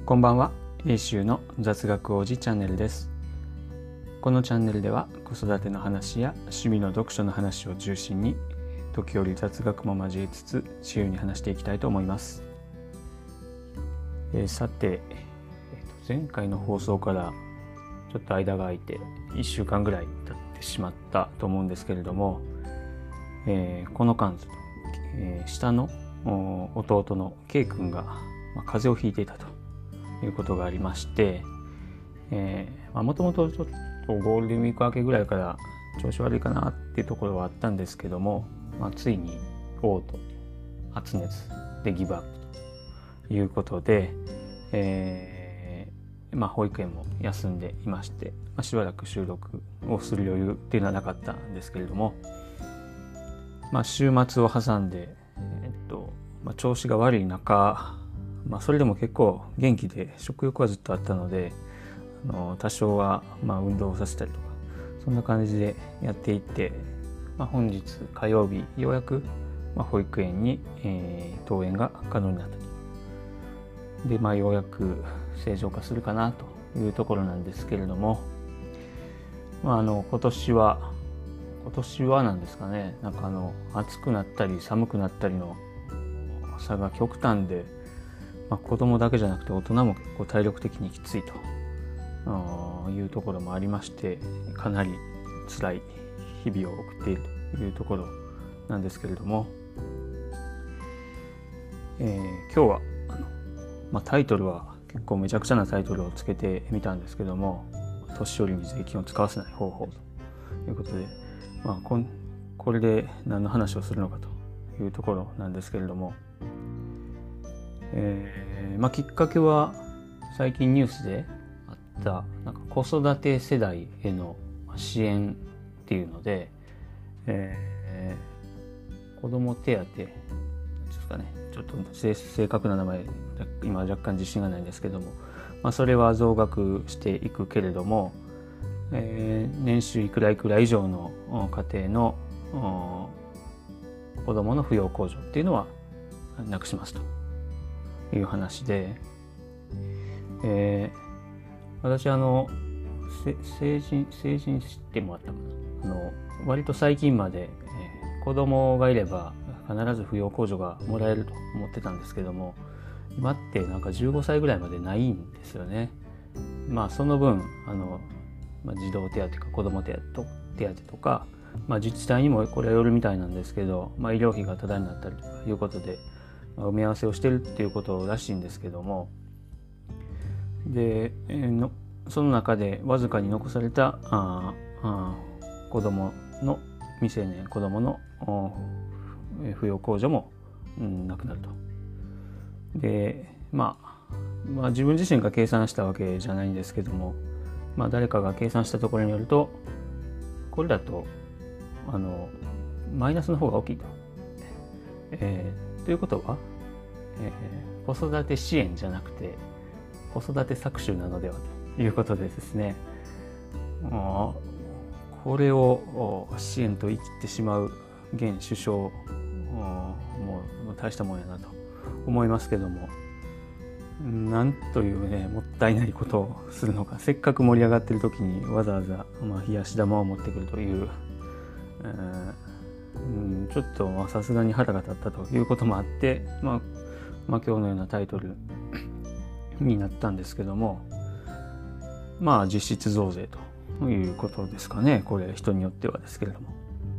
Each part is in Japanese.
こんばんは。英州の雑学王子チャンネルです。このチャンネルでは子育ての話や趣味の読書の話を中心に時折雑学も交えつつ自由に話していきたいと思います。さて、前回の放送からちょっと間が空いて1週間ぐらい経ってしまったと思うんですけれども、この間、下の弟の K 君が風邪をひいていたということがありまして、もともとちょっとゴールデンウィーク明けぐらいから調子悪いかなっていうところはあったんですけども、ついに嘔吐、発熱でギブアップということで、保育園も休んでいまして、しばらく収録をする余裕っていうのはなかったんですけれども、週末を挟んで、調子が悪い中、それでも結構元気で食欲はずっとあったので、多少は運動をさせたりとかそんな感じでやっていって、本日火曜日ようやく保育園に、登園が可能になったと。で、ようやく正常化するかなというところなんですけれども、今年はなんですかね、暑くなったり寒くなったりの差が極端で、子供だけじゃなくて大人も結構体力的にきついというところもありまして、かなり辛い日々を送っているというところなんですけれども、今日はタイトルは結構めちゃくちゃなタイトルをつけてみたんですけども、年寄りに税金を使わせない方法ということで、これで何の話をするのかというところなんですけれども、きっかけは最近ニュースであった子育て世代への支援っていうので、子ども手当ですかね、ちょっと正確な名前今若干自信がないんですけども、それは増額していくけれども、年収いくら以上の家庭の子どもの扶養控除っていうのはなくしますという話で、私成人してもらったかな、割と最近まで、子供がいれば必ず扶養控除がもらえると思ってたんですけども、今って15歳ぐらいまでないんですよね。その分児童手当か子供手当とか、自治体にもこれはよるみたいなんですけど、医療費がタダになったりとかいうことで、埋め合わせをしてるっていうことらしいんですけども、で、その中でわずかに残された子供の未成年子供の扶養控除もなくなると。で、自分自身が計算したわけじゃないんですけども、誰かが計算したところによると、これだとマイナスの方が大きいと。ということは、子育て支援じゃなくて子育て搾取なのではということでですね、これを支援と言い切ってしまう現首相もう大したもんやなと思いますけども、なんというね、もったいないことをするのか。せっかく盛り上がっている時にわざわざ冷やし玉を持ってくるという、ちょっとさすがに腹が立ったということもあって、今日のようなタイトルになったんですけども、実質増税ということですかね。これ人によってはですけれども。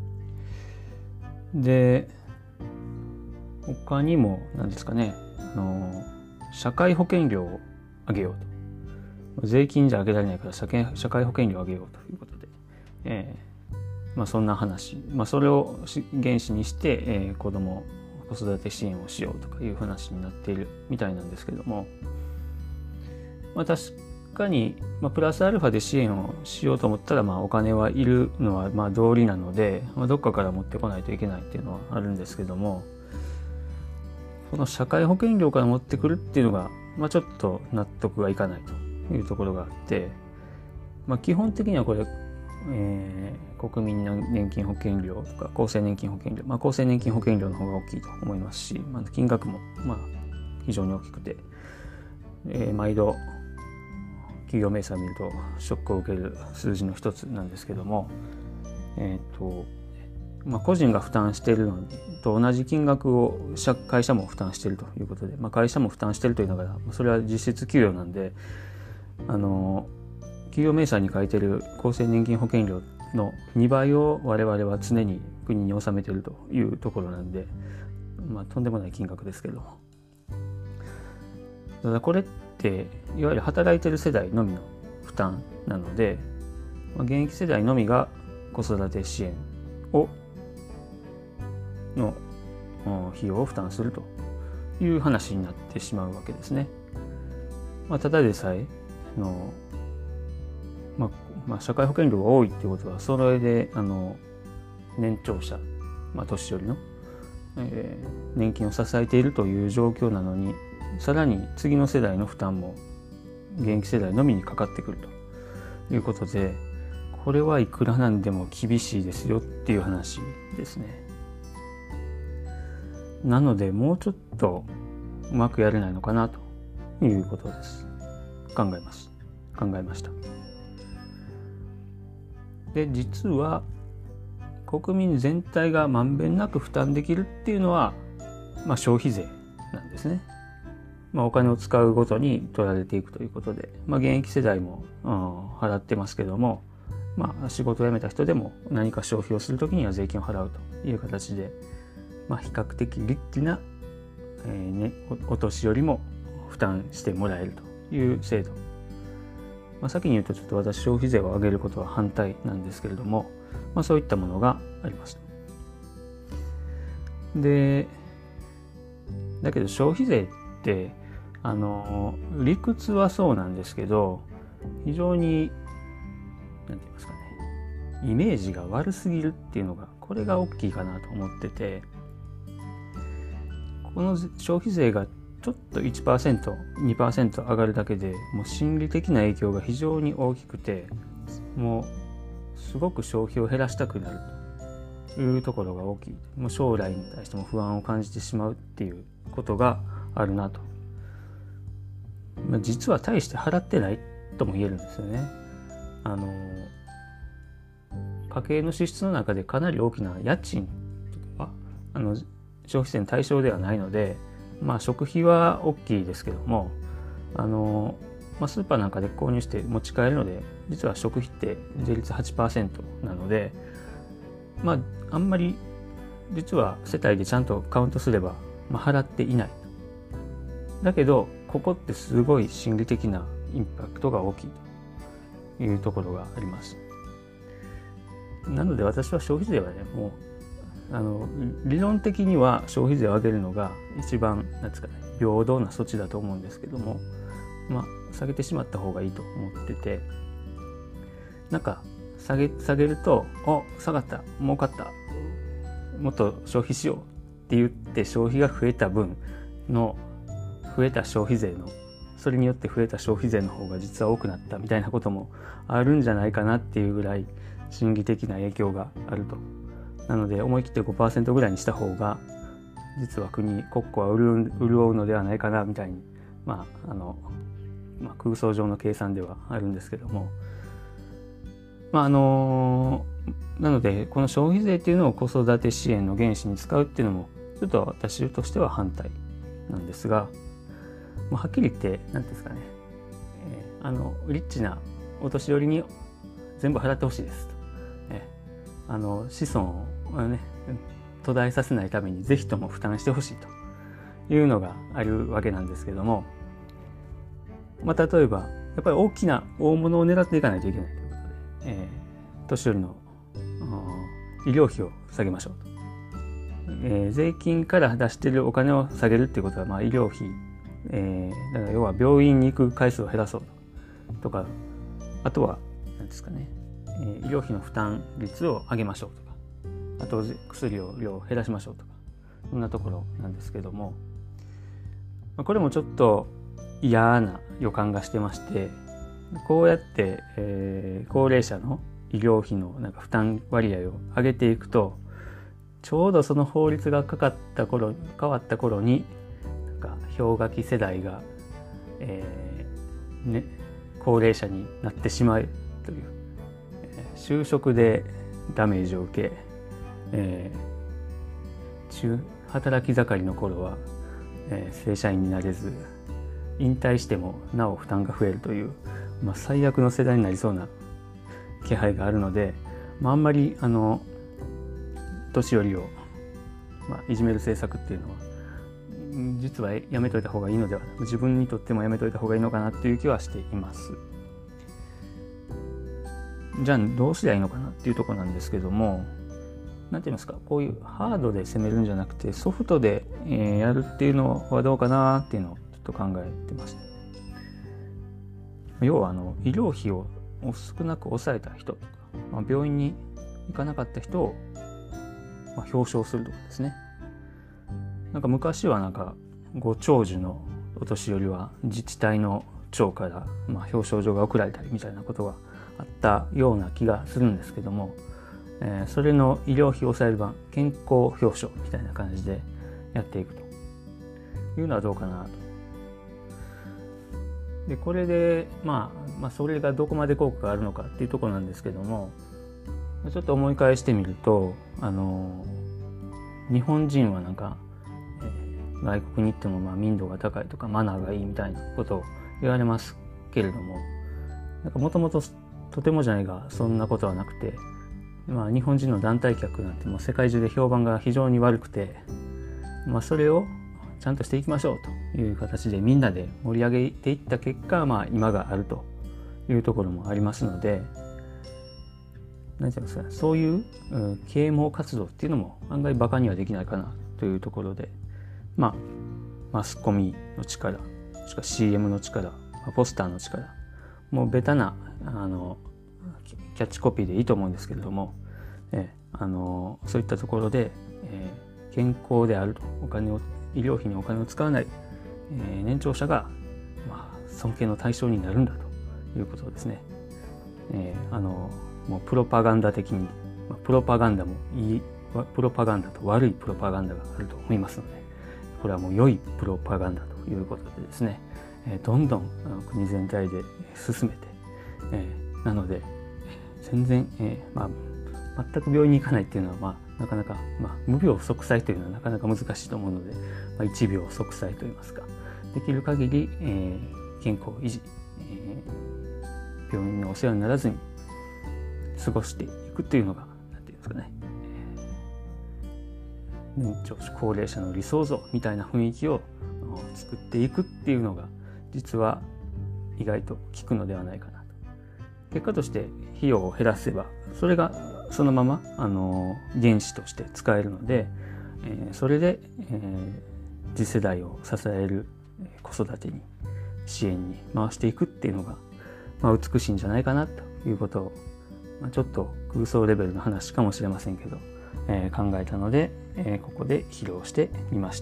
で、他にも何ですかね、社会保険料を上げようと。税金じゃ上げられないから社会保険料を上げようということで、そんな話、それを原資にして、子育て支援をしようとかいう話になっているみたいなんですけども、確かに、プラスアルファで支援をしようと思ったら、お金はいるのは道理なので、どっかから持ってこないといけないっていうのはあるんですけども、この社会保険料から持ってくるっていうのが、ちょっと納得がいかないというところがあって、基本的にはこれ、国民の年金保険料とか厚生年金保険料、厚生年金保険料の方が大きいと思いますし、金額も非常に大きくて、 毎度企業明細を見るとショックを受ける数字の一つなんですけども、個人が負担しているのと同じ金額を会社も負担しているということで、会社も負担していると言いながらそれは実質給与なんで、企業明細に書いている厚生年金保険料の2倍を我々は常に国に納めているというところなんで、とんでもない金額ですけども、ただこれっていわゆる働いている世代のみの負担なので、現役世代のみが子育て支援の費用を負担するという話になってしまうわけですね。ただでさえ社会保険料が多いっていうことは、それで年長者、年寄りの、年金を支えているという状況なのに、さらに次の世代の負担も現役世代のみにかかってくるということで、これはいくらなんでも厳しいですよっていう話ですね。なのでもうちょっとうまくやれないのかなということです。考えました。で、実は国民全体がまんべんなく負担できるっていうのは、消費税なんですね。お金を使うごとに取られていくということで、現役世代も、払ってますけども、仕事を辞めた人でも何か消費をするときには税金を払うという形で、比較的リッチな、お年寄りも負担してもらえるという制度。先に言うとちょっと私消費税を上げることは反対なんですけれども、そういったものがあります。で、だけど消費税って理屈はそうなんですけど、非常になんて言いますかね、イメージが悪すぎるっていうのが、これが大きいかなと思ってて、この消費税がちょっと 1%、2% 上がるだけでもう心理的な影響が非常に大きくて、もうすごく消費を減らしたくなるというところが大きい。もう将来に対しても不安を感じてしまうっていうことがあるなと。実は大して払ってないとも言えるんですよね。家計の支出の中でかなり大きな家賃とかは消費税の対象ではないので、食費は大きいですけども、スーパーなんかで購入して持ち帰るので、実は食費って税率 8% なので、あんまり実は世帯でちゃんとカウントすれば、払っていない。だけどここってすごい心理的なインパクトが大きいというところがあります。なので私は消費税はね、もう理論的には消費税を上げるのが一番平等な措置だと思うんですけども、下げてしまった方がいいと思ってて、下げると下がった、儲かった、もっと消費しようって言って消費が増えた分の増えた消費税の、それによって増えた消費税の方が実は多くなったみたいなこともあるんじゃないかなっていうぐらい心理的な影響があると。なので思い切って 5% ぐらいにした方が実は国家は潤うのではないかなみたいに、空想上の計算ではあるんですけども、なのでこの消費税っていうのを子育て支援の原資に使うっていうのもちょっと私としては反対なんですが、はっきり言って何ですかね、リッチなお年寄りに全部払ってほしいですと、子孫をね途絶えさせないためにぜひとも負担してほしいというのがあるわけなんですけども、例えばやっぱり大きな大物を狙っていかないといけないということで、年寄りの医療費を下げましょうと、税金から出しているお金を下げるっていうことは、医療費、だから要は病院に行く回数を減らそうとか、あとは何ですかね、医療費の負担率を上げましょうとか、あと薬を量を減らしましょうとか、そんなところなんですけども、これもちょっと嫌な予感がしてまして、こうやって、高齢者の医療費の負担割合を上げていくと、ちょうどその法律が変わった頃に氷河期世代が高齢者になってしまうという、就職でダメージを受け、働き盛りの頃は、正社員になれず、引退してもなお負担が増えるという、最悪の世代になりそうな気配があるので、あんまり年寄りを、いじめる政策っていうのは実はやめといた方がいいのでは、自分にとってもやめといた方がいいのかなという気はしています。じゃあどうすりゃいいのかなっていうところなんですけども、なんて言いますか、こういうハードで攻めるんじゃなくてソフトでやるっていうのはどうかなっていうのをちょっと考えてました。要は医療費を少なく抑えた人とか、病院に行かなかった人を表彰するとかですね。なんか昔はご長寿のお年寄りは自治体の長から、表彰状が送られたりみたいなことがあったような気がするんですけども、それの医療費を抑える版、健康表彰みたいな感じでやっていくというのはどうかなと。でこれでそれがどこまで効果があるのかっていうところなんですけども、ちょっと思い返してみると、日本人は外国に行っても民度が高いとかマナーがいいみたいなことを言われますけれども、もともととてもじゃないがそんなことはなくて、日本人の団体客なんてもう世界中で評判が非常に悪くて、それをちゃんとしていきましょうという形でみんなで盛り上げていった結果、今があるというところもありますので、何て言いますか、そういう啓蒙活動っていうのも案外バカにはできないかなというところで、マスコミの力、もしくは CM の力、ポスターの力、もうベタなキャッチコピーでいいと思うんですけれども、そういったところで、健康であると、医療費にお金を使わない、年長者が、尊敬の対象になるんだということですね。もうプロパガンダ的に、プロパガンダもいいプロパガンダと悪いプロパガンダがあると思いますので、これはもう良いプロパガンダということでですね、どんどん国全体で進めて、なので全然、全く病院に行かないっていうのはなかなか、無病息災というのはなかなか難しいと思うので、一病息災といいますか、できる限り、健康維持、病院にお世話にならずに過ごしていくっていうのが何ていうんですかね、年長者高齢者の理想像みたいな雰囲気を作っていくっていうのが実は意外と効くのではないかなと。結果として費用を減らせばそれがそのまま原資として使えるので、それで、次世代を支える子育てに支援に回していくっていうのが、美しいんじゃないかなということを、ちょっと空想レベルの話かもしれませんけど、考えたので、ここで披露してみました。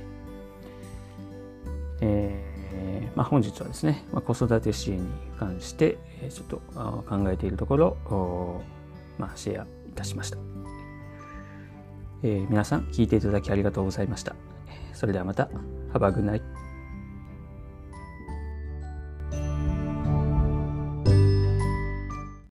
本日はですね、子育て支援に関してちょっと考えているところ、シェアいたしました。皆さん聞いていただきありがとうございました。それではまた。Have a good night.